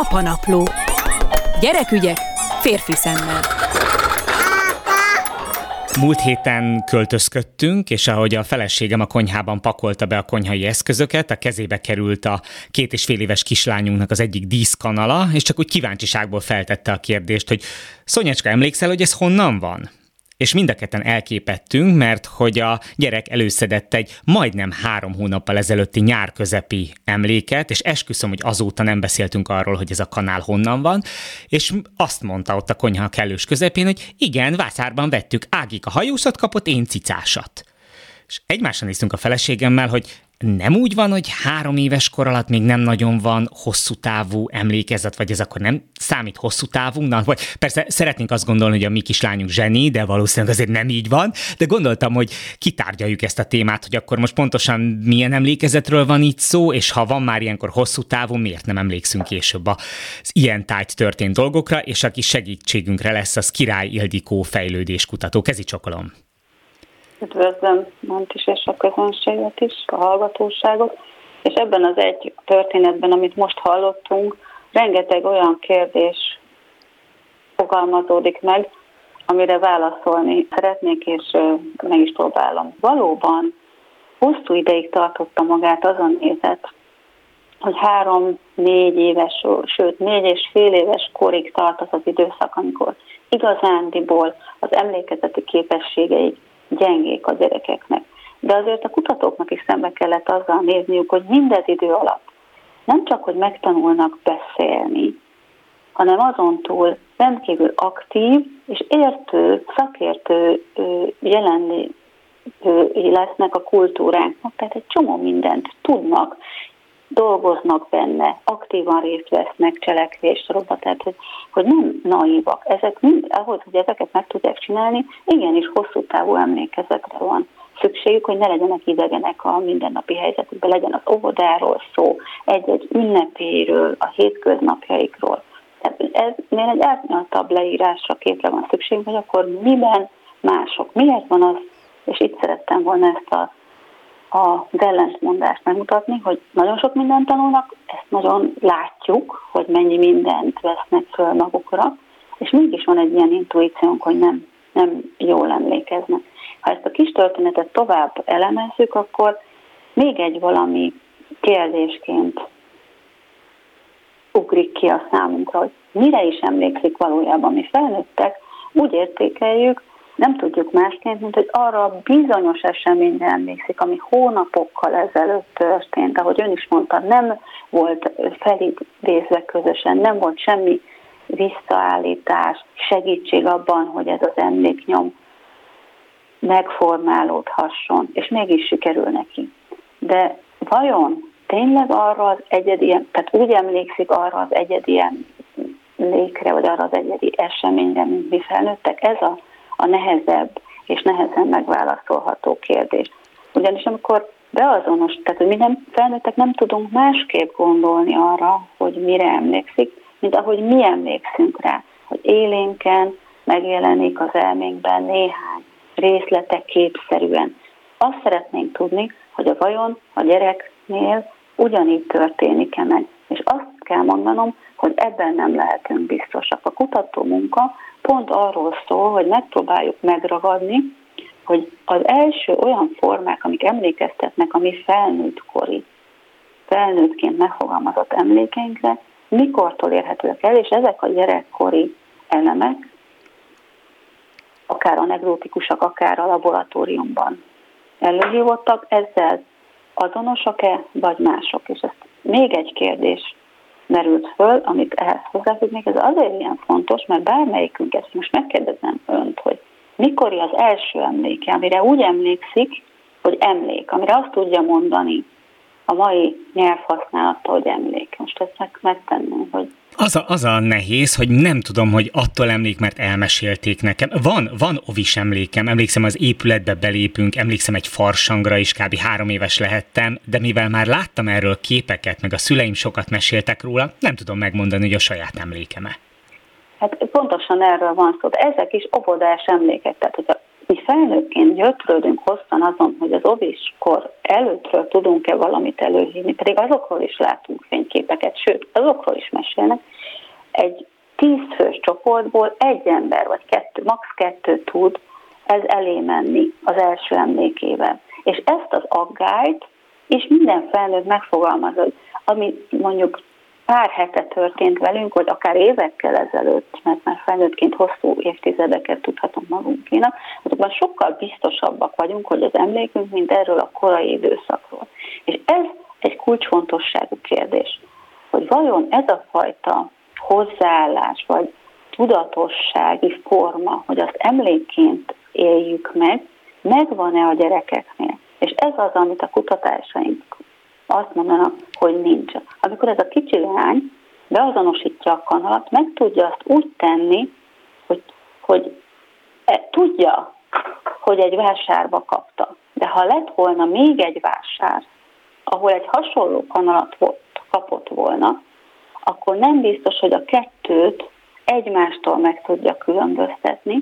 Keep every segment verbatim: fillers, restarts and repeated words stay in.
Apanapló. Gyerekügyek férfi szemmel. Múlt héten költözködtünk, és ahogy a feleségem a konyhában pakolta be a konyhai eszközöket, a kezébe került a két és fél éves kislányunknak az egyik díszkanala, és csak úgy kíváncsiságból feltette a kérdést, hogy Szonyecska, emlékszel, hogy ez honnan van? És mind a ketten elképettünk, mert hogy a gyerek előszedett egy majdnem három hónappal ezelőtti nyár közepi emléket, és esküszöm, hogy azóta nem beszéltünk arról, hogy ez a kanál honnan van, és azt mondta ott a konyha kellős közepén, hogy igen, Vászárban vettük, Ágika hajósat kapott, én cicásat. És egymásra néztünk a feleségemmel, hogy nem úgy van, hogy három éves kor alatt még nem nagyon van hosszú távú emlékezet, vagy ez akkor nem számít hosszú távunknak? Vagy persze szeretnénk azt gondolni, hogy a mi kislányunk zseni, de valószínűleg azért nem így van, de gondoltam, hogy kitárgyaljuk ezt a témát, hogy akkor most pontosan milyen emlékezetről van itt szó, és ha van már ilyenkor hosszú távú, miért nem emlékszünk később az ilyen tájt történt dolgokra, és aki segítségünkre lesz, az Király Ildikó fejlődéskutató. Kezi csokolom! Üdvözlöm Mont is, és a közönséget is, a hallgatóságot, és ebben az egy történetben, amit most hallottunk, rengeteg olyan kérdés fogalmazódik meg, amire válaszolni szeretnék, és meg is próbálom. Valóban hosszú ideig tartotta magát az a nézet, hogy három-négy éves, sőt négy és fél éves korig tart az az időszak, amikor igazándiból az emlékezeti képességeik gyengék a gyerekeknek. De azért a kutatóknak is szembe kellett azzal nézniük, hogy mindez idő alatt nem csak, hogy megtanulnak beszélni, hanem azon túl rendkívül aktív és értő, szakértő jelenlévői lesznek a kultúránknak, tehát egy csomó mindent tudnak, dolgoznak benne, aktívan részt vesznek cselekvéssorokba, tehát hogy, hogy nem naívak. Ezek mind, ahhoz, hogy ezeket meg tudják csinálni, igenis hosszú távú emlékezetre van szükségük, hogy ne legyenek idegenek a mindennapi helyzetükben, legyen az óvodáról szó, egy-egy ünnepéről, a hétköznapjaikról. Tehát eznél egy árnyaltabb leírásra, képre van szükségünk, hogy akkor miben mások. Miért van az, és itt szerettem volna ezt a az ellentmondást megmutatni, hogy nagyon sok mindent tanulnak, ezt nagyon látjuk, hogy mennyi mindent vesznek föl magukra, és mégis van egy ilyen intuíciónk, hogy nem, nem jól emlékeznek. Ha ezt a kis történetet tovább elemezzük, akkor még egy valami kérdésként ugrik ki a számunkra, hogy mire is emlékszik valójában. Mi felnőttek, úgy értékeljük, nem tudjuk másként, mint hogy arra a bizonyos eseményre emlékszik, ami hónapokkal ezelőtt történt. Ahogy ön is mondta, nem volt felidézve közösen, nem volt semmi visszaállítás, segítség abban, hogy ez az emléknyom megformálódhasson, és mégis sikerül neki. De vajon tényleg arra az egyedi, tehát úgy emlékszik arra az egyedi emlékre, vagy arra az egyedi eseményre, mint mi felnőttek? Ez a a nehezebb és nehezen megválaszolható kérdés. Ugyanis amikor beazonos, tehát hogy mi nem, felnőttek nem tudunk másképp gondolni arra, hogy mire emlékszik, mint ahogy mi emlékszünk rá, hogy élénken megjelenik az elménkben néhány részlete képszerűen. Azt szeretnénk tudni, hogy a vajon a gyereknél ugyanígy történik-e meg. És azt kell mondanom, hogy ebben nem lehetünk biztosak. A kutató munka pont arról szól, hogy megpróbáljuk megragadni, hogy az első olyan formák, amik emlékeztetnek a mi felnőttkori, felnőttként megfogalmazott emlékeinkre, mikortól érhetőek el, és ezek a gyerekkori elemek, akár anekdotikusak, akár a laboratóriumban előhívottak, ezzel azonosak-e, vagy mások. És ezt még egy kérdés merült föl, amit ehhez hozzáfűznék, ez azért ilyen fontos, mert bármelyikünk, ezt most megkérdezem önt, hogy mikori az első emléke, amire úgy emlékszik, hogy emlék, amire azt tudja mondani a mai nyelvhasználattal, hogy emlék. Most ezt meg, megtenném, hogy Az a, az a nehéz, hogy nem tudom, hogy attól emlék, mert elmesélték nekem. Van, van ovis emlékem, emlékszem, az épületbe belépünk, emlékszem egy farsangra is, kb. három éves lehettem, de mivel már láttam erről képeket, meg a szüleim sokat meséltek róla, nem tudom megmondani, hogy a saját emlékem-e. Hát pontosan erről van szó, de ezek is óvodás emlékek, tehát hogyha mi felnőttként gyötrődünk hosszan azon, hogy az oviskor előttről tudunk-e valamit előhívni, pedig azokról is látunk fényt. emlékképeket, sőt, azokról is mesélnek. Egy tízfős csoportból egy ember, vagy kettő, max. kettő tud ez elé menni az első emlékével. És ezt az aggályt és minden felnőtt megfogalmaz, hogy ami mondjuk pár hete történt velünk, vagy akár évekkel ezelőtt, mert már felnőttként hosszú évtizedeket tudhatunk magunkénak, azokban sokkal biztosabbak vagyunk, hogy az emlékünk, mint erről a korai időszakról. És ez egy kulcsfontosságú kérdés, hogy vajon ez a fajta hozzáállás, vagy tudatossági forma, hogy azt emlékként éljük meg, megvan-e a gyerekeknél. És ez az, amit a kutatásaink azt mondanak, hogy nincs. Amikor ez a kicsi lány beazonosítja a kanalat, meg tudja azt úgy tenni, hogy, hogy e, tudja, hogy egy vásárba kapta. De ha lett volna még egy vásár, ahol egy hasonló kanalat volt, kapott volna, akkor nem biztos, hogy a kettőt egymástól meg tudja különböztetni,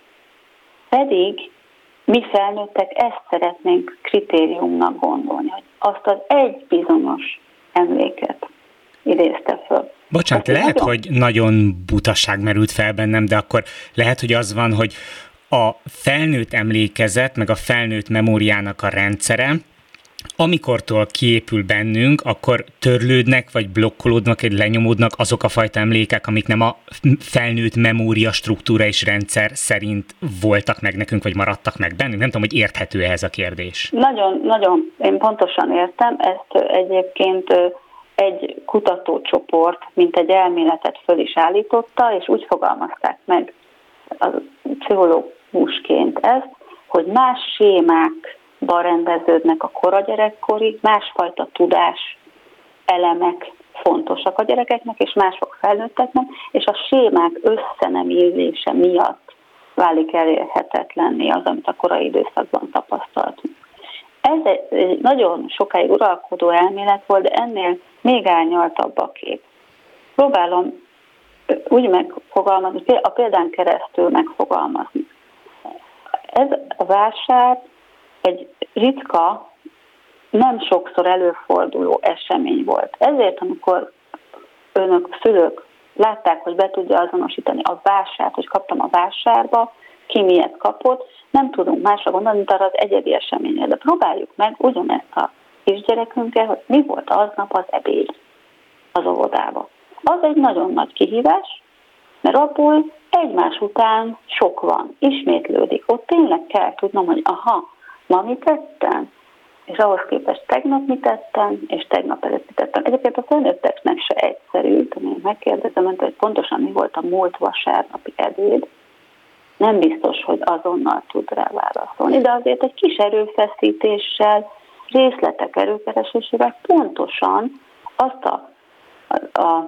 pedig mi felnőttek ezt szeretnénk kritériumnak gondolni, hogy azt az egy bizonyos emléket idézte föl. Bocsánat, Azt lehet, nagyon... hogy nagyon butaság merült fel bennem, de akkor lehet, hogy az van, hogy a felnőtt emlékezet, meg a felnőtt memóriának a rendszere, amikortól kiépül bennünk, akkor törlődnek, vagy blokkolódnak, vagy lenyomódnak azok a fajta emlékek, amik nem a felnőtt memória struktúra és rendszer szerint voltak meg nekünk, vagy maradtak meg bennünk. Nem tudom, hogy érthető-e ez a kérdés. Nagyon, nagyon, én pontosan értem. Ezt egyébként egy kutatócsoport, mint egy elméletet föl is állította, és úgy fogalmazták meg a pszichológusként ezt, hogy más sémák rendeződnek a kora gyerekkori, másfajta tudás elemek fontosak a gyerekeknek, és mások felnőtteknek, és a sémák összenemízése miatt válik elérhetetlenné az, amit a korai időszakban tapasztaltunk. Ez egy nagyon sokáig uralkodó elmélet volt, de ennél még árnyaltabb a kép. Próbálom úgy megfogalmazni, a példán keresztül megfogalmazni. Ez a vásár egy ritka, nem sokszor előforduló esemény volt. Ezért, amikor önök, szülők látták, hogy be tudja azonosítani a vásárt, hogy kaptam a vásárba, ki miért kapott, nem tudunk másra gondolni, mint arra az egyedi eseményre. De próbáljuk meg ugyanezt a kisgyerekünkkel, hogy mi volt aznap az ebéd az óvodába. Az egy nagyon nagy kihívás, mert abból egymás után sok van, ismétlődik. Ott tényleg kell tudnom, hogy aha, ma mit tettem, és ahhoz képest tegnap mit tettem, és tegnap előtt mit tettem. Egyébként a felnőtteknek se egyszerű, én megkérdezem, hogy pontosan mi volt a múlt vasárnapi ebéd, nem biztos, hogy azonnal tud rá válaszolni, de azért egy kis erőfeszítéssel, részletek erőkeresésével pontosan azt a, a, a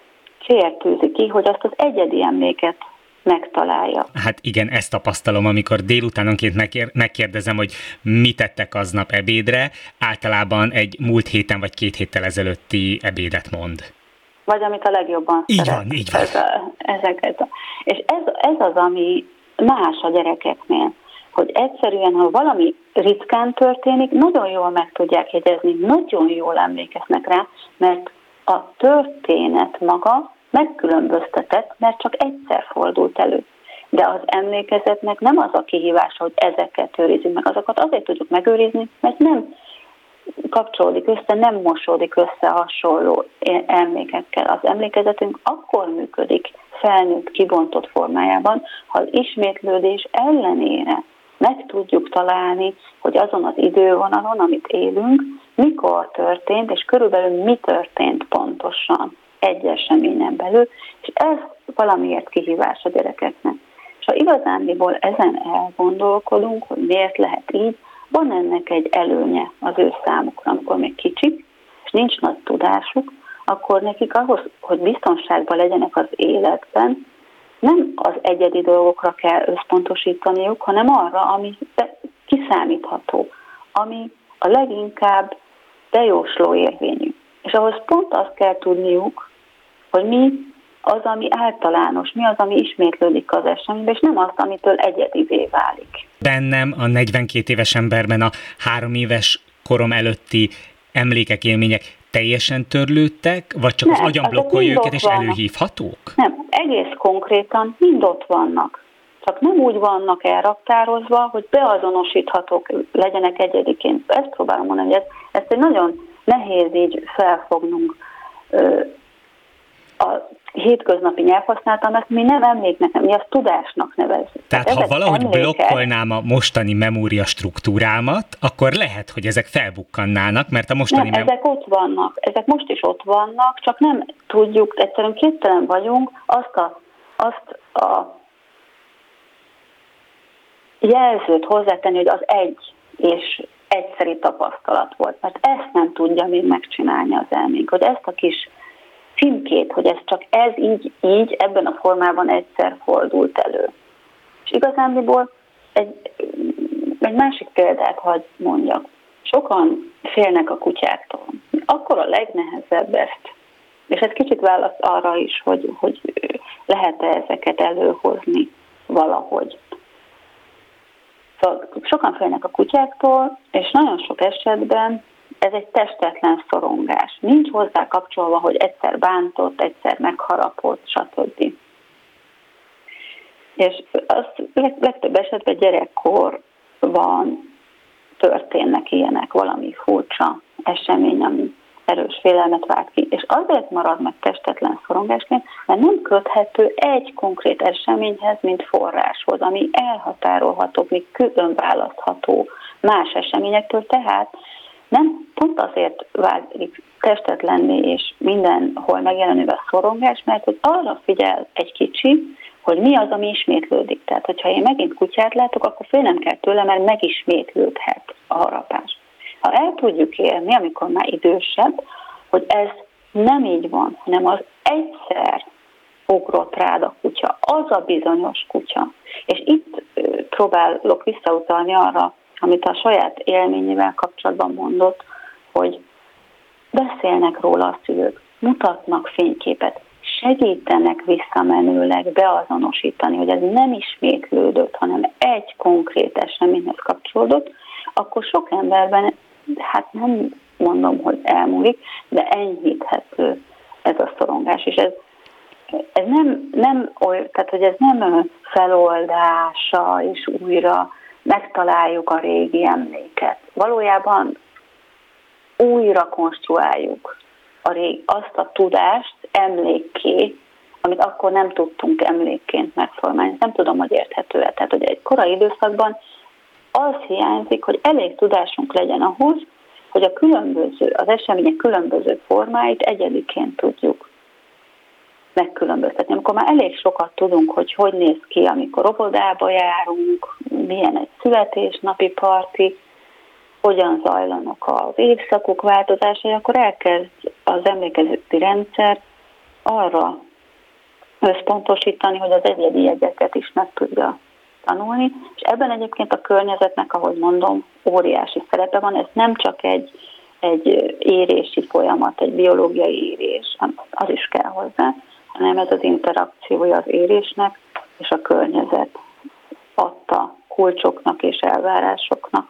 célt tűzi ki, hogy azt az egyedi emléket megtalálja. Hát igen, ezt tapasztalom, amikor délutánonként megkérdezem, hogy mit tettek aznap ebédre, általában egy múlt héten vagy két héttel ezelőtti ebédet mond. Vagy amit a legjobban így szeret. Van, így van. Ez a, ezeket a, és ez, ez az, ami más a gyerekeknél, hogy egyszerűen, ha valami ritkán történik, nagyon jól meg tudják jegyezni, nagyon jól emlékeznek rá, mert a történet maga megkülönböztetett, mert csak egyszer fordult elő. De az emlékezetnek nem az a kihívása, hogy ezeket őrizzük meg. Azokat azért tudjuk megőrizni, mert nem kapcsolódik össze, nem mosódik össze hasonló emlékekkel. Az emlékezetünk akkor működik felnőtt, kibontott formájában, ha az ismétlődés ellenére meg tudjuk találni, hogy azon az idővonalon, amit élünk, mikor történt, és körülbelül mi történt pontosan egy eseményen belül, és ez valamiért kihívás a gyerekeknek. És ha igazándiból ezen elgondolkodunk, hogy miért lehet így, van ennek egy előnye az ő számukra, amikor még kicsik, és nincs nagy tudásuk, akkor nekik ahhoz, hogy biztonságban legyenek az életben, nem az egyedi dolgokra kell összpontosítaniuk, hanem arra, ami kiszámítható, ami a leginkább bejósló érvényű. És ahhoz pont azt kell tudniuk, hogy mi az, ami általános, mi az, ami ismétlődik az eseményben, és nem azt, amitől egyedivé válik. Bennem a negyvenkét éves emberben a három éves korom előtti emlékek, élmények teljesen törlődtek, vagy csak Nem, az agyon blokkolja őket, és vannak. előhívhatók? Nem, egész konkrétan mind ott vannak. Csak nem úgy vannak elraktározva, hogy beazonosíthatók legyenek egyediként. Ezt próbálom mondani, hogy ez, ezt egy nagyon nehéz így felfognunk. A hétköznapi nyelvhasználaton, ezt mi nem emléknek, mi azt tudásnak nevezzük. Tehát, Tehát ha valahogy emlékek, blokkolnám a mostani memória struktúrámat, akkor lehet, hogy ezek felbukkannának, mert a mostani... Nem, mem- ezek ott vannak, ezek most is ott vannak, csak nem tudjuk, egyszerűen képtelen vagyunk azt a, azt a jelzőt hozzátenni, hogy az egy és egyszeri tapasztalat volt, mert ezt nem tudja még megcsinálni az elménk, hogy ezt a kis címkét, hogy ez csak ez így, így ebben a formában egyszer fordult elő. És igazándiból egy, egy másik példát hadd mondjak. Sokan félnek a kutyáktól. Akkor a legnehezebb ezt. És ez kicsit válasz arra is, hogy, hogy lehet-e ezeket előhozni valahogy. Szóval sokan félnek a kutyáktól, és nagyon sok esetben ez egy testetlen szorongás. Nincs hozzá kapcsolva, hogy egyszer bántott, egyszer megharapott, stb. És az legtöbb esetben gyerekkorban történnek ilyenek, valami furcsa esemény, ami erős félelmet vált ki. És azért marad meg testetlen szorongásként, mert nem köthető egy konkrét eseményhez, mint forráshoz, ami elhatárolható, még külön választható más eseményektől, tehát nem pont azért válik testetlenné és mindenhol megjelenőbe a szorongás, mert hogy arra figyel egy kicsi, hogy mi az, ami ismétlődik. Tehát, hogyha én megint kutyát látok, akkor félnem kell tőle, mert megismétlődhet a harapás. Ha el tudjuk élni, amikor már idősebb, hogy ez nem így van, hanem az egyszer ugrott rád a kutya, az a bizonyos kutya. És itt próbálok visszautalni arra, amit a saját élményével kapcsolatban mondott, hogy beszélnek róla a szülők, mutatnak fényképet, segítenek visszamenőleg beazonosítani, hogy ez nem ismétlődött, hanem egy konkrét eseményhez kapcsolódott, akkor sok emberben, hát nem mondom, hogy elmúlik, de enyhíthető ez a szorongás. És ez, ez nem, nem oly, tehát, hogy ez nem feloldása, és újra megtaláljuk a régi emléket. Valójában újra konstruáljuk a régi, azt a tudást emlékké, amit akkor nem tudtunk emlékként megformálni. Nem tudom, hogy érthető-e. Tehát, hogy egy korai időszakban az hiányzik, hogy elég tudásunk legyen ahhoz, hogy a különböző, az események különböző formáit egyediként tudjuk megkülönböztetni. Amikor már elég sokat tudunk, hogy hogy néz ki, amikor óvodába járunk, milyen egy születésnapi parti, hogyan zajlanak az évszakok változásai, akkor elkezd az emlékezeti rendszer arra összpontosítani, hogy az egyedi jegyeket is meg tudja tanulni, és ebben egyébként a környezetnek, ahogy mondom, óriási szerepe van. Ez nem csak egy, egy érési folyamat, egy biológiai érés, az is kell hozzá, hanem ez az interakciója az érésnek és a környezet adta kulcsoknak és elvárásoknak.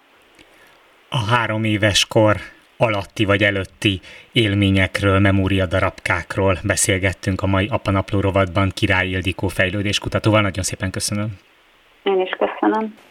A három éves kor alatti vagy előtti élményekről, memóriadarabkákról beszélgettünk a mai Apanapló rovatban Király Ildikó fejlődéskutatóval. Nagyon szépen köszönöm. Én is köszönöm.